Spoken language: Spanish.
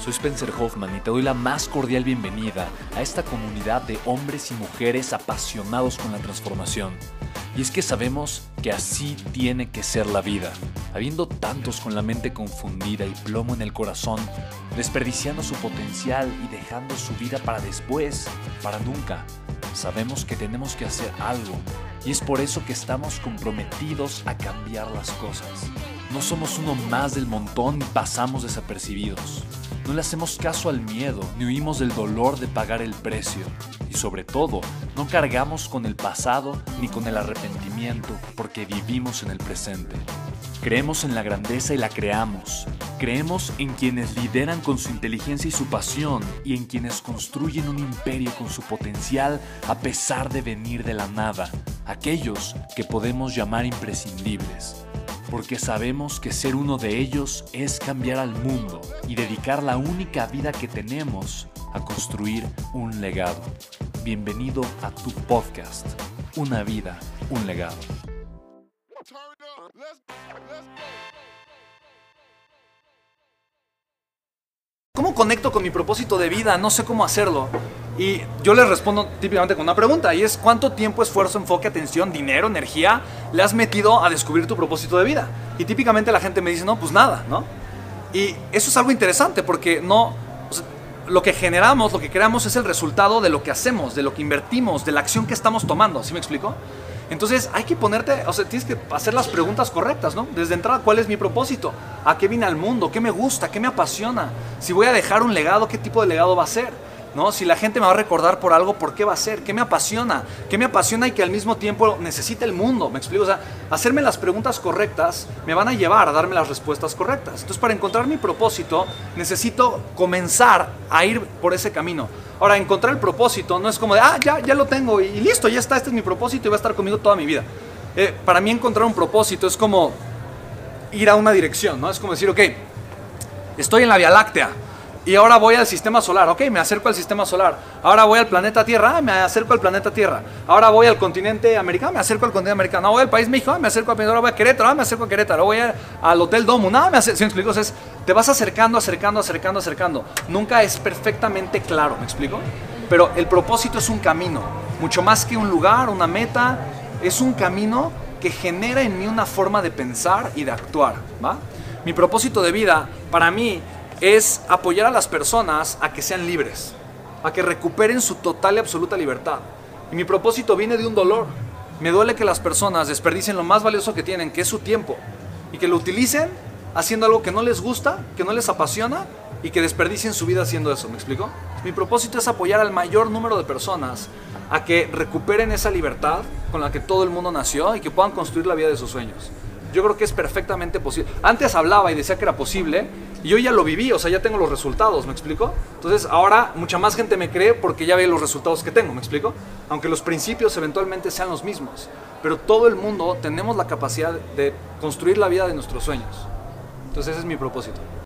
Soy Spencer Hoffman y te doy la más cordial bienvenida a esta comunidad de hombres y mujeres apasionados con la transformación. Y es que sabemos que así tiene que ser la vida, habiendo tantos con la mente confundida y plomo en el corazón, desperdiciando su potencial y dejando su vida para después, para nunca. Sabemos que tenemos que hacer algo y es por eso que estamos comprometidos a cambiar las cosas. No somos uno más del montón y pasamos desapercibidos. No le hacemos caso al miedo ni huimos del dolor de pagar el precio. Y sobre todo, no cargamos con el pasado ni con el arrepentimiento porque vivimos en el presente. Creemos en la grandeza y la creamos. Creemos en quienes lideran con su inteligencia y su pasión y en quienes construyen un imperio con su potencial a pesar de venir de la nada. Aquellos que podemos llamar imprescindibles. Porque sabemos que ser uno de ellos es cambiar al mundo y dedicar la única vida que tenemos a construir un legado. Bienvenido a tu podcast, Una vida, un legado. ¿Cómo conecto con mi propósito de vida? No sé cómo hacerlo. Y yo les respondo típicamente con una pregunta, y es: ¿cuánto tiempo, esfuerzo, enfoque, atención, dinero, energía le has metido a descubrir tu propósito de vida? Y típicamente la gente me dice: no, pues nada, ¿no? Y eso es algo interesante porque lo que generamos, lo que creamos es el resultado de lo que hacemos, de lo que invertimos, de la acción que estamos tomando. ¿Sí me explico? Entonces hay que tienes que hacer las preguntas correctas, ¿no? Desde entrada, ¿cuál es mi propósito? ¿A qué vine al mundo? ¿Qué me gusta? ¿Qué me apasiona? Si voy a dejar un legado, ¿qué tipo de legado va a ser? ¿No? Si la gente me va a recordar por algo, ¿por qué va a ser? ¿Qué me apasiona? ¿Qué me apasiona y que al mismo tiempo necesita el mundo? ¿Me explico? O sea, hacerme las preguntas correctas me van a llevar a darme las respuestas correctas. Entonces, para encontrar mi propósito, necesito comenzar a ir por ese camino. Ahora, encontrar el propósito no es como de, ya lo tengo y listo, ya está, este es mi propósito y va a estar conmigo toda mi vida. Para mí encontrar un propósito es como ir a una dirección, ¿no? Es como decir, ok, estoy en la Vía Láctea. Y ahora voy al sistema solar, ok, me acerco al sistema solar. Ahora voy al planeta Tierra, me acerco al planeta Tierra. Ahora voy al continente americano, me acerco al continente americano. Ahora voy al país México, me acerco ahora voy a Querétaro, me acerco a Querétaro. Voy al Hotel Domo, me acerco. ¿Sí me explico? O sea, te vas acercando. Nunca es perfectamente claro, ¿me explico? Pero el propósito es un camino, mucho más que un lugar, una meta. Es un camino que genera en mí una forma de pensar y de actuar, ¿va? Mi propósito de vida, para mí, es apoyar a las personas a que sean libres, a que recuperen su total y absoluta libertad. Y mi propósito viene de un dolor. Me duele que las personas desperdicien lo más valioso que tienen, que es su tiempo, y que lo utilicen haciendo algo que no les gusta, que no les apasiona, y que desperdicien su vida haciendo eso. ¿Me explico? Mi propósito es apoyar al mayor número de personas a que recuperen esa libertad con la que todo el mundo nació y que puedan construir la vida de sus sueños. Yo creo que es perfectamente posible. Antes hablaba y decía que era posible, y yo ya lo viví, o sea, ya tengo los resultados, ¿me explico? Entonces ahora mucha más gente me cree porque ya ve los resultados que tengo, ¿me explico? Aunque los principios eventualmente sean los mismos, pero todo el mundo tenemos la capacidad de construir la vida de nuestros sueños. Entonces ese es mi propósito.